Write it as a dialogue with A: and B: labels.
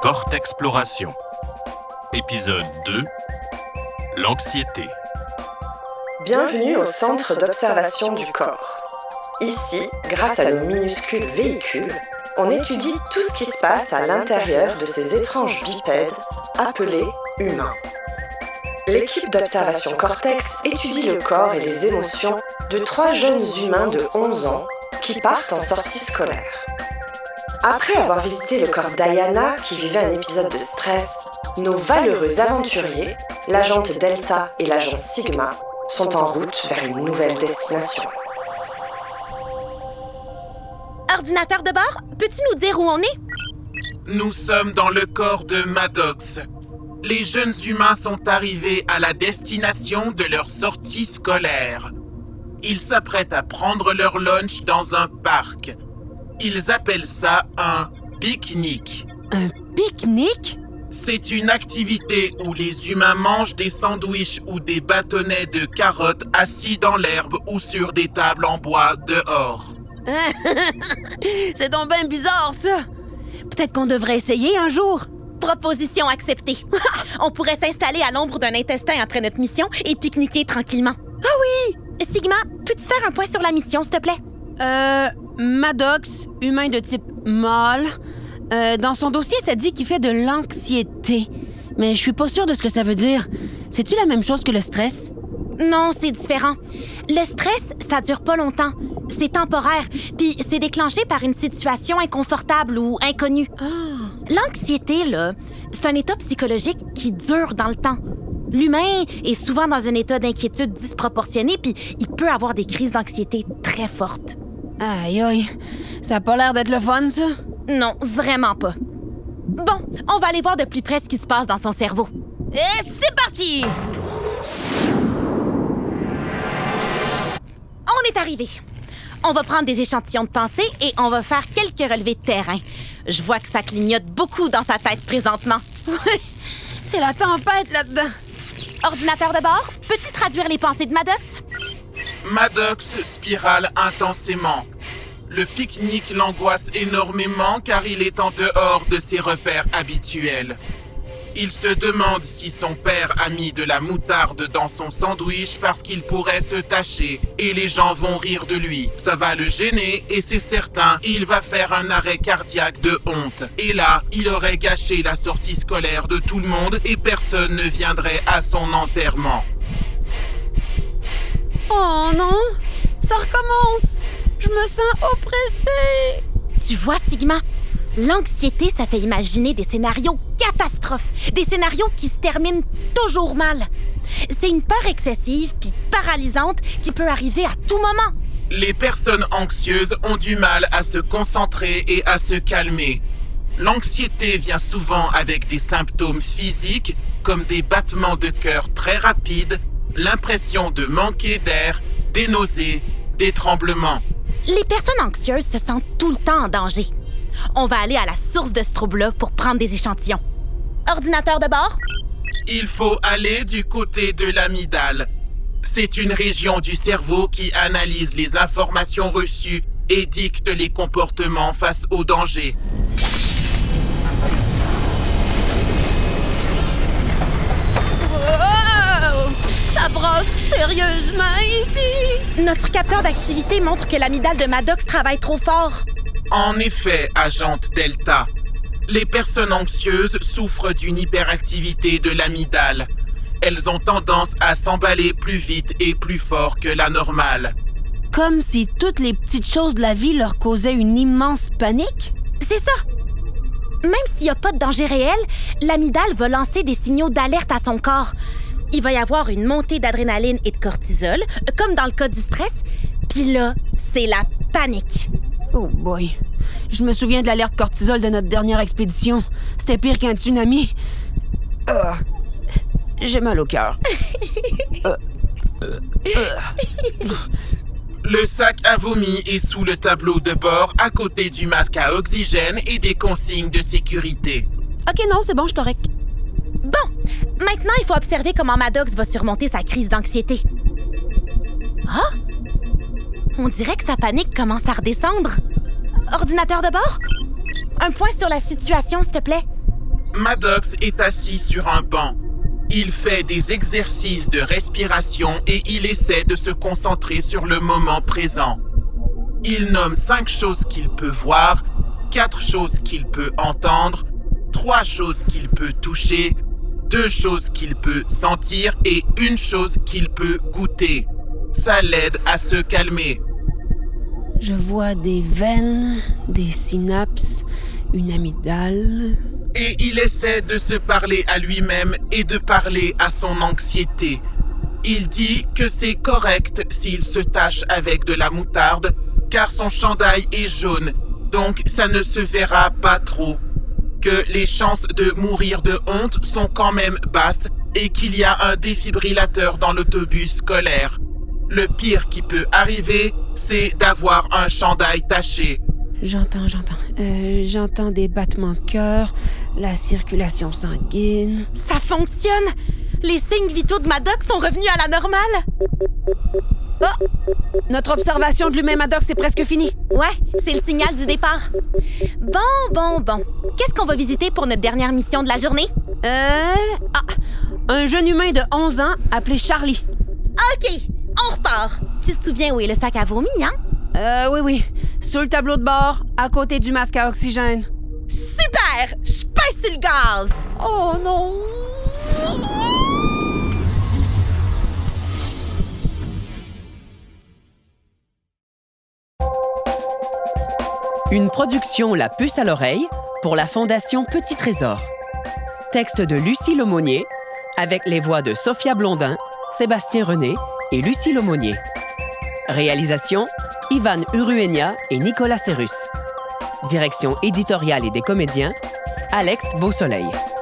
A: Cortexploration. Épisode 2. L'anxiété.
B: Bienvenue au centre d'observation du corps. Ici, grâce à nos minuscules véhicules, on étudie tout ce qui se passe à l'intérieur de ces étranges bipèdes appelés humains. L'équipe d'observation Cortex étudie le corps et les émotions de 3 jeunes humains de 11 ans qui partent en sortie scolaire. Après avoir visité le corps d'Ayana qui vivait un épisode de stress, nos valeureux aventuriers, l'agente Delta et l'agent Sigma, sont en route vers une nouvelle destination.
C: Ordinateur de bord, peux-tu nous dire où on est?
D: Nous sommes dans le corps de Maddox. Les jeunes humains sont arrivés à la destination de leur sortie scolaire. Ils s'apprêtent à prendre leur lunch dans un parc. Ils appellent ça un pique-nique.
C: Un pique-nique?
D: C'est une activité où les humains mangent des sandwichs ou des bâtonnets de carottes assis dans l'herbe ou sur des tables en bois dehors.
C: C'est donc bien bizarre, ça! Peut-être qu'on devrait essayer un jour. Proposition acceptée. On pourrait s'installer à l'ombre d'un intestin après notre mission et pique-niquer tranquillement. Ah oui! Sigma, peux-tu faire un point sur la mission, s'il te plaît?
E: Maddox, humain de type mâle. Dans son dossier, ça dit qu'il fait de l'anxiété. Mais je suis pas sûre de ce que ça veut dire. C'est-tu la même chose que le stress?
C: Non, c'est différent. Le stress, ça dure pas longtemps. C'est temporaire, puis c'est déclenché par une situation inconfortable ou inconnue. L'anxiété, là, c'est un état psychologique qui dure dans le temps. L'humain est souvent dans un état d'inquiétude disproportionné, puis il peut avoir des crises d'anxiété très fortes.
E: Aïe aïe, ça a pas l'air d'être le fun, ça?
C: Non, vraiment pas. Bon, on va aller voir de plus près ce qui se passe dans son cerveau. Et c'est parti! On est arrivé. On va prendre des échantillons de pensée et on va faire quelques relevés de terrain. Je vois que ça clignote beaucoup dans sa tête présentement.
E: C'est la tempête là-dedans.
C: Ordinateur de bord, peux-tu traduire les pensées de Maddox?
D: Maddox spirale intensément. Le pique-nique l'angoisse énormément car il est en dehors de ses repères habituels. Il se demande si son père a mis de la moutarde dans son sandwich parce qu'il pourrait se tacher et les gens vont rire de lui. Ça va le gêner et c'est certain, il va faire un arrêt cardiaque de honte. Et là, il aurait gâché la sortie scolaire de tout le monde et personne ne viendrait à son enterrement.
E: Oh non, ça recommence. Je me sens oppressée.
C: Tu vois, Sigma, l'anxiété, ça fait imaginer des scénarios catastrophes, des scénarios qui se terminent toujours mal. C'est une peur excessive puis paralysante qui peut arriver à tout moment.
D: Les personnes anxieuses ont du mal à se concentrer et à se calmer. L'anxiété vient souvent avec des symptômes physiques comme des battements de cœur très rapides, l'impression de manquer d'air, des nausées, des tremblements.
C: Les personnes anxieuses se sentent tout le temps en danger. On va aller à la source de ce trouble-là pour prendre des échantillons. Ordinateur de bord?
D: Il faut aller du côté de l'amygdale. C'est une région du cerveau qui analyse les informations reçues et dicte les comportements face au danger.
C: Ça brosse sérieusement ici! Notre capteur d'activité montre que l'amygdale de Maddox travaille trop fort.
D: En effet, agente Delta, les personnes anxieuses souffrent d'une hyperactivité de l'amygdale. Elles ont tendance à s'emballer plus vite et plus fort que la normale.
E: Comme si toutes les petites choses de la vie leur causaient une immense panique?
C: C'est ça! Même s'il n'y a pas de danger réel, l'amygdale va lancer des signaux d'alerte à son corps. Il va y avoir une montée d'adrénaline et de cortisol, comme dans le cas du stress. Puis là, c'est la panique.
E: Oh boy. Je me souviens de l'alerte cortisol de notre dernière expédition. C'était pire qu'un tsunami. J'ai mal au cœur.
D: Le sac à vomi est sous le tableau de bord, à côté du masque à oxygène et des consignes de sécurité.
E: OK, non, c'est bon, je suis correct.
C: Bon, maintenant, il faut observer comment Maddox va surmonter sa crise d'anxiété. Ah! On dirait que sa panique commence à redescendre. Ordinateur de bord? Un point sur la situation, s'il te plaît.
D: Maddox est assis sur un banc. Il fait des exercices de respiration et il essaie de se concentrer sur le moment présent. Il nomme 5 choses qu'il peut voir, 4 choses qu'il peut entendre, 3 choses qu'il peut toucher, 2 choses qu'il peut sentir et 1 chose qu'il peut goûter. Ça l'aide à se calmer.
E: Je vois des veines, des synapses, une amygdale.
D: Et il essaie de se parler à lui-même et de parler à son anxiété. Il dit que c'est correct s'il se tâche avec de la moutarde, car son chandail est jaune, donc ça ne se verra pas trop. Que les chances de mourir de honte sont quand même basses et qu'il y a un défibrillateur dans l'autobus scolaire. Le pire qui peut arriver, c'est d'avoir un chandail taché.
E: J'entends. J'entends des battements de cœur, la circulation sanguine.
C: Ça fonctionne! Les signes vitaux de Maddox sont revenus à la normale!
E: Oh! Notre observation de l'humain Maddox est presque finie.
C: Ouais, c'est le signal du départ. Bon. Qu'est-ce qu'on va visiter pour notre dernière mission de la journée?
E: Un jeune humain de 11 ans appelé Charlie.
C: OK, on repart. Tu te souviens où est le sac à vomi, hein?
E: Oui. Sur le tableau de bord, à côté du masque à oxygène.
C: Super! Je pèse sur le gaz! Oh non!
F: Une production La Puce à l'oreille pour la Fondation Petit Trésor. Texte de Lucie Lemonnier, avec les voix de Sophia Blondin, Sébastien René et Lucie Lemonnier. Réalisation, Ivan Uruenia et Nicolas Serrus. Direction éditoriale et des comédiens, Alex Beausoleil.